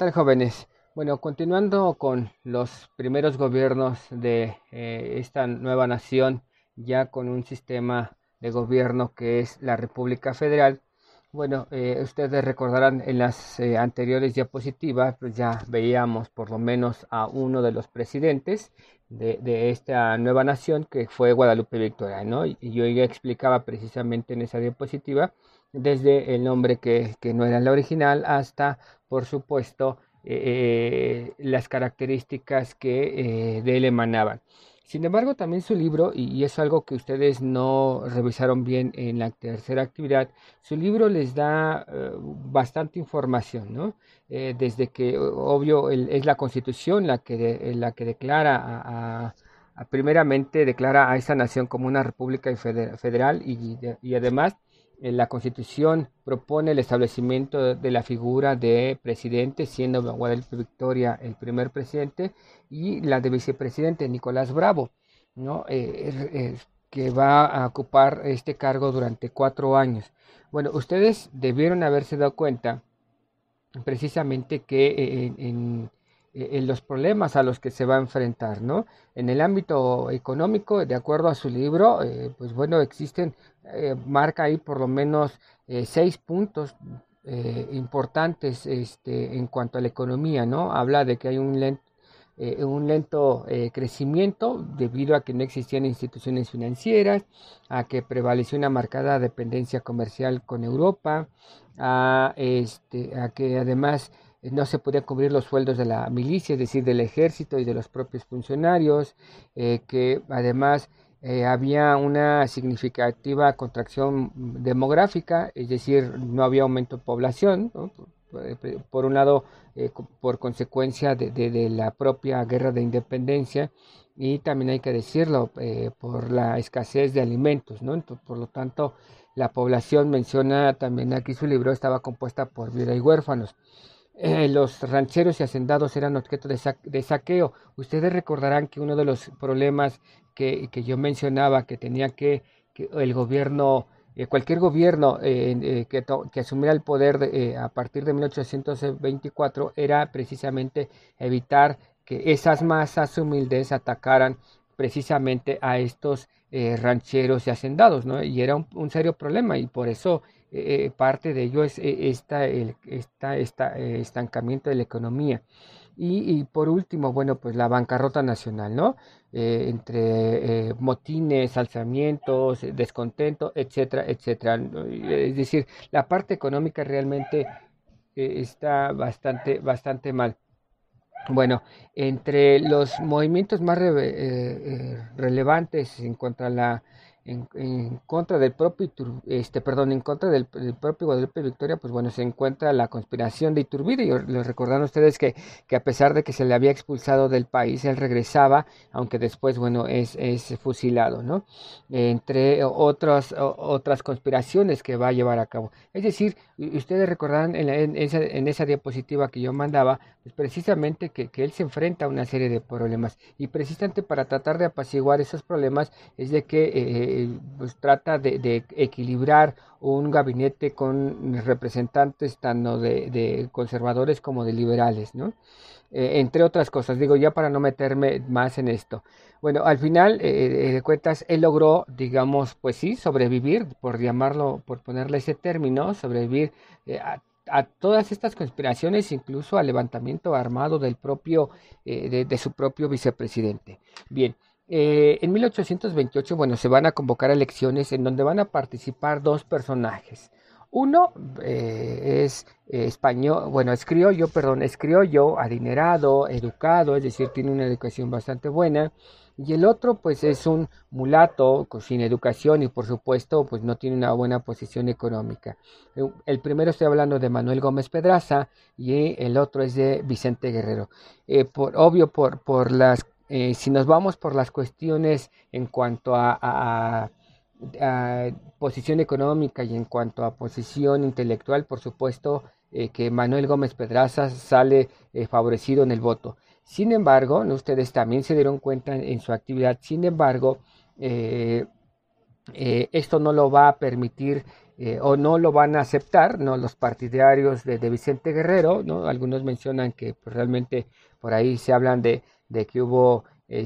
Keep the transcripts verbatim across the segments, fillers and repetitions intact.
tal, jóvenes? Bueno, continuando con los primeros gobiernos de eh, esta nueva nación, ya con un sistema de gobierno que es la República Federal. Bueno, eh, ustedes recordarán en las eh, anteriores diapositivas, pues ya veíamos por lo menos a uno de los presidentes de, de esta nueva nación, que fue Guadalupe Victoria, ¿no? Y yo ya explicaba precisamente en esa diapositiva, desde el nombre que, que no era la original hasta, por supuesto, eh, las características que eh, de él emanaban. Sin embargo, también su libro, y, y es algo que ustedes no revisaron bien en la tercera actividad, su libro les da eh, bastante información, ¿no? Eh, desde que, obvio, el, es la Constitución la que, de, la que declara a, a, a, primeramente declara a esa nación como una república federal y, de, y además la Constitución propone el establecimiento de la figura de presidente, siendo Guadalupe Victoria el primer presidente, y la de vicepresidente, Nicolás Bravo, ¿no? Eh, eh, que va a ocupar este cargo durante cuatro años. Bueno, ustedes debieron haberse dado cuenta precisamente que eh, en, en, en, los problemas a los que se va a enfrentar, ¿no? En el ámbito económico, de acuerdo a su libro, eh, pues bueno, existen, eh, marca ahí por lo menos eh, seis puntos eh, importantes este, en cuanto a la economía, ¿no? Habla de que hay un lento, eh, un lento eh, crecimiento debido a que no existían instituciones financieras, a que prevaleció una marcada dependencia comercial con Europa, a, este, a que además no se podían cubrir los sueldos de la milicia, es decir, del ejército y de los propios funcionarios, eh, que además eh, había una significativa contracción demográfica, es decir, no había aumento de población, ¿no? por, por un lado, eh, por consecuencia de, de, de la propia guerra de independencia, y también hay que decirlo, eh, por la escasez de alimentos, ¿no? Entonces, por lo tanto, la población, menciona también aquí su libro, estaba compuesta por viudas y huérfanos. Eh, los rancheros y hacendados eran objeto de, sa de, saqueo. Ustedes recordarán que uno de los problemas que, que yo mencionaba, que tenía que, que el gobierno, eh, cualquier gobierno eh, eh, que, que, asumiera el poder de, eh, a partir de mil ochocientos veinticuatro, era precisamente evitar que esas masas humildes atacaran precisamente a estos eh, rancheros y hacendados, ¿no? Y era un, un serio problema, y por eso eh, parte de ello es eh, esta, el, esta, esta eh, estancamiento de la economía. Y, y, por último, bueno, pues la bancarrota nacional, ¿no? Eh, entre eh, motines, alzamientos, descontento, etcétera, etcétera. Es decir, la parte económica realmente eh, está bastante, bastante mal. Bueno, entre los movimientos más re, eh, eh, relevantes en contra la en, en contra del propio Itur, este perdón en contra del, del propio Guadalupe Victoria, pues bueno, se encuentra la conspiración de Iturbide. Y les recordaron ustedes que, que a pesar de que se le había expulsado del país, él regresaba, aunque después, bueno, es, es fusilado, ¿no? Entre otras otras conspiraciones que va a llevar a cabo. Es decir, ustedes recordarán en, en, esa, en esa diapositiva que yo mandaba, pues precisamente que, que él se enfrenta a una serie de problemas, y precisamente para tratar de apaciguar esos problemas es de que eh, pues trata de, de equilibrar un gabinete con representantes tanto de, de conservadores como de liberales, ¿no? Eh, entre otras cosas, digo ya para no meterme más en esto. Bueno, al final eh, de cuentas él logró, digamos, pues sí, sobrevivir, por llamarlo, por ponerle ese término, sobrevivir eh, a a todas estas conspiraciones, incluso al levantamiento armado del propio, eh, de, de su propio vicepresidente. Bien, eh, en mil ochocientos veintiocho, bueno, se van a convocar elecciones en donde van a participar dos personajes. Uno eh, es eh, español, bueno, es criollo, perdón, es criollo, adinerado, educado, es decir, tiene una educación bastante buena. Y el otro, pues, es un mulato sin educación y, por supuesto, pues no tiene una buena posición económica. El primero estoy hablando de Manuel Gómez Pedraza, y el otro es de Vicente Guerrero. Eh, por, obvio, por, por las, eh, si nos vamos por las cuestiones en cuanto a, a, a, a posición económica y en cuanto a posición intelectual, por supuesto eh, que Manuel Gómez Pedraza sale eh, favorecido en el voto. Sin embargo, ¿no? Ustedes también se dieron cuenta en, en su actividad, sin embargo, eh, eh, esto no lo va a permitir eh, o no lo van a aceptar, ¿no? Los partidarios de, de Vicente Guerrero, ¿no? Algunos mencionan que pues, realmente por ahí se hablan de, de que hubo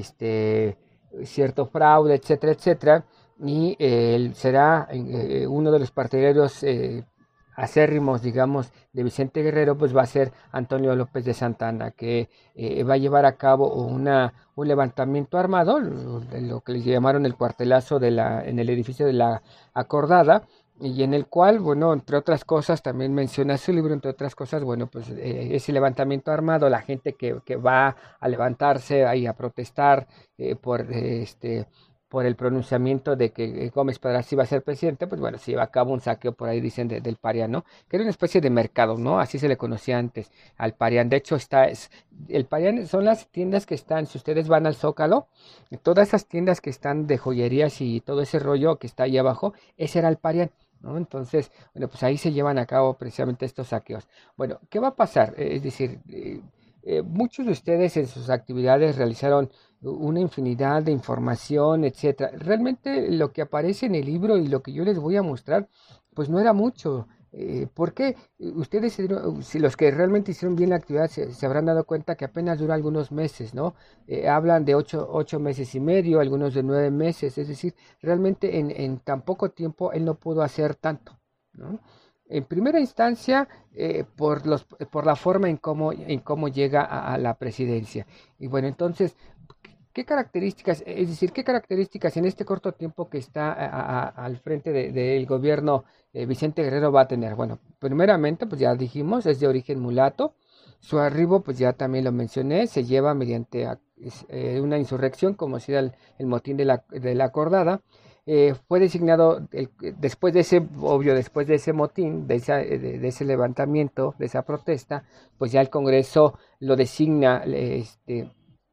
este cierto fraude, etcétera, etcétera, y eh, él será eh, uno de los partidarios eh, acérrimos, digamos, de Vicente Guerrero, pues va a ser Antonio López de Santana, que eh, va a llevar a cabo una, un levantamiento armado, lo, lo que les llamaron el cuartelazo de la, en el edificio de la Acordada, y en el cual, bueno, entre otras cosas, también menciona su libro, entre otras cosas, bueno, pues eh, ese levantamiento armado, la gente que, que va a levantarse ahí a protestar eh, por eh, este por el pronunciamiento de que Gómez Padras iba a ser presidente, pues bueno, se lleva a cabo un saqueo por ahí, dicen, de, del Parián, ¿no? Que era una especie de mercado, ¿no? Así se le conocía antes al Parián. De hecho, está, es, el Parián son las tiendas que están, si ustedes van al Zócalo, todas esas tiendas que están de joyerías y todo ese rollo que está ahí abajo, ese era el Parián. ¿No? Entonces, bueno, pues ahí se llevan a cabo precisamente estos saqueos. Bueno, ¿qué va a pasar? Es decir, eh, eh, muchos de ustedes en sus actividades realizaron una infinidad de información, etcétera. Realmente lo que aparece en el libro y lo que yo les voy a mostrar, pues no era mucho. Eh, porque ustedes, si los que realmente hicieron bien la actividad, se, se habrán dado cuenta que apenas dura algunos meses, ¿no? Eh, hablan de ocho, ocho meses y medio, algunos de nueve meses, es decir, realmente en, en tan poco tiempo él no pudo hacer tanto, ¿no? En primera instancia, eh, por, los, por la forma en cómo, en cómo llega a, a la presidencia. Y bueno, entonces, ¿qué características, es decir, qué características en este corto tiempo que está a, a, al frente del de, de gobierno eh, Vicente Guerrero va a tener? Bueno, primeramente, pues ya dijimos, es de origen mulato. Su arribo, pues ya también lo mencioné, se lleva mediante a, eh, una insurrección, como si era el, el motín de la, de la acordada. Eh, fue designado, el, después de ese, obvio, después de ese motín, de, esa, de, de ese levantamiento, de esa protesta, pues ya el Congreso lo designa, este,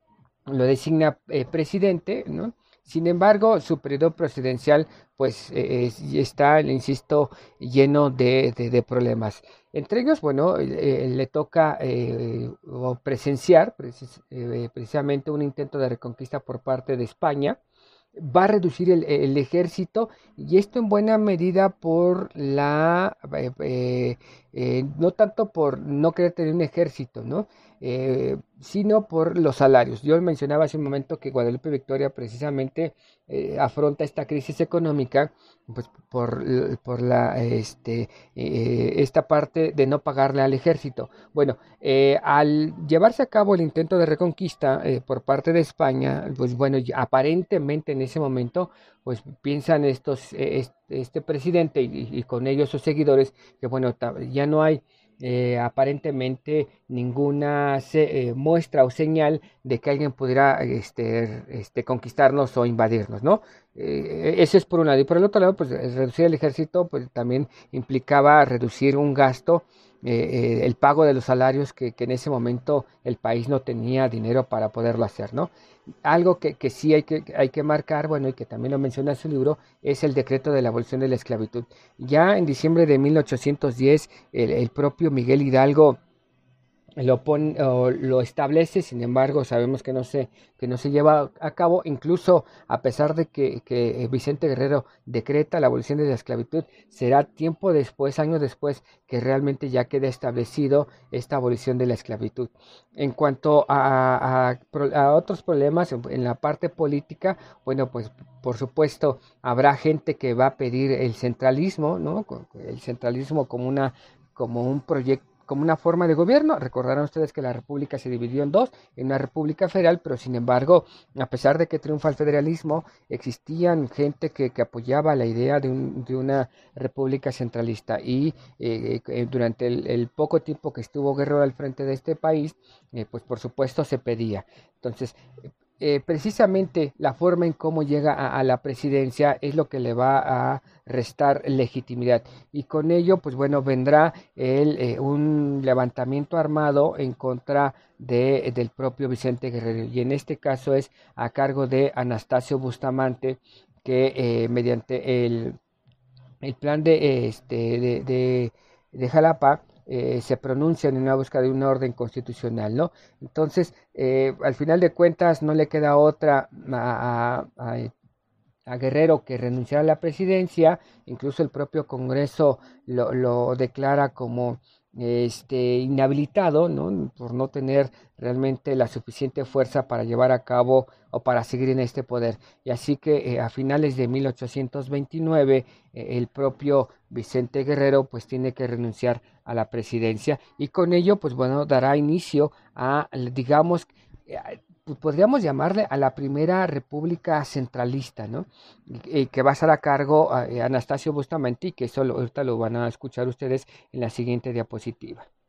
lo designa eh, presidente, ¿no? Sin embargo, su periodo presidencial, pues, eh, está, le insisto, lleno de, de, de problemas. Entre ellos, bueno, eh, le toca eh, presenciar precis, eh, precisamente un intento de reconquista por parte de España. Va a reducir el, el ejército, y esto en buena medida por la eh, eh, eh, no tanto por no querer tener un ejército, ¿no? Eh, sino por los salarios. Yo mencionaba hace un momento que Guadalupe Victoria precisamente eh, afronta esta crisis económica pues por, por la este eh, esta parte de no pagarle al ejército. Bueno, eh, al llevarse a cabo el intento de reconquista eh, por parte de España, pues bueno, aparentemente en ese momento, pues piensan estos, eh, este presidente y, y con ellos sus seguidores, que bueno, ya no hay eh, aparentemente ninguna se, eh, muestra o señal de que alguien pudiera este, este, conquistarnos o invadirnos, ¿no? Eh, eso es por un lado. Y por el otro lado, pues reducir el ejército pues también implicaba reducir un gasto, eh, eh, el pago de los salarios que, que en ese momento el país no tenía dinero para poderlo hacer, ¿no? Algo que, que sí hay que, hay que marcar, bueno, y que también lo menciona en su libro, es el decreto de la abolición de la esclavitud. Ya en diciembre de mil ochocientos diez, el, el propio Miguel Hidalgo lo pone o lo establece. Sin embargo sabemos que no se que no se lleva a cabo, incluso a pesar de que, que Vicente Guerrero decreta la abolición de la esclavitud. Será tiempo después, años después, que realmente ya quede establecido esta abolición de la esclavitud. En cuanto a, a, a otros problemas en, en la parte política, bueno, pues por supuesto habrá gente que va a pedir el centralismo, ¿no? El centralismo como una como un proyecto, como una forma de gobierno. Recordarán ustedes que la república se dividió en dos, en una república federal, pero sin embargo, a pesar de que triunfa el federalismo, existían gente que, que apoyaba la idea de, un, de una república centralista, y eh, eh, durante el, el poco tiempo que estuvo Guerrero al frente de este país, eh, pues por supuesto se pedía. Entonces, Eh, precisamente la forma en cómo llega a, a la presidencia es lo que le va a restar legitimidad, y con ello pues bueno vendrá el, eh, un levantamiento armado en contra de, del propio Vicente Guerrero, y en este caso es a cargo de Anastasio Bustamante, que eh, mediante el, el plan de, este, de, de, de Jalapa eh, se pronuncian en una búsqueda de un orden constitucional, ¿no? Entonces, eh, al final de cuentas, no le queda otra a, a, a a Guerrero que renunciara a la presidencia. Incluso el propio Congreso lo, lo declara como este inhabilitado, ¿no? Por no tener realmente la suficiente fuerza para llevar a cabo o para seguir en este poder. Y así que eh, a finales de mil ochocientos veintinueve eh, el propio Vicente Guerrero pues tiene que renunciar a la presidencia, y con ello pues bueno dará inicio a, digamos, eh, pues podríamos llamarle a la primera república centralista, ¿no? Y, y que va a estar a cargo a, a Anastasio Bustamante, y que eso lo, ahorita lo van a escuchar ustedes en la siguiente diapositiva.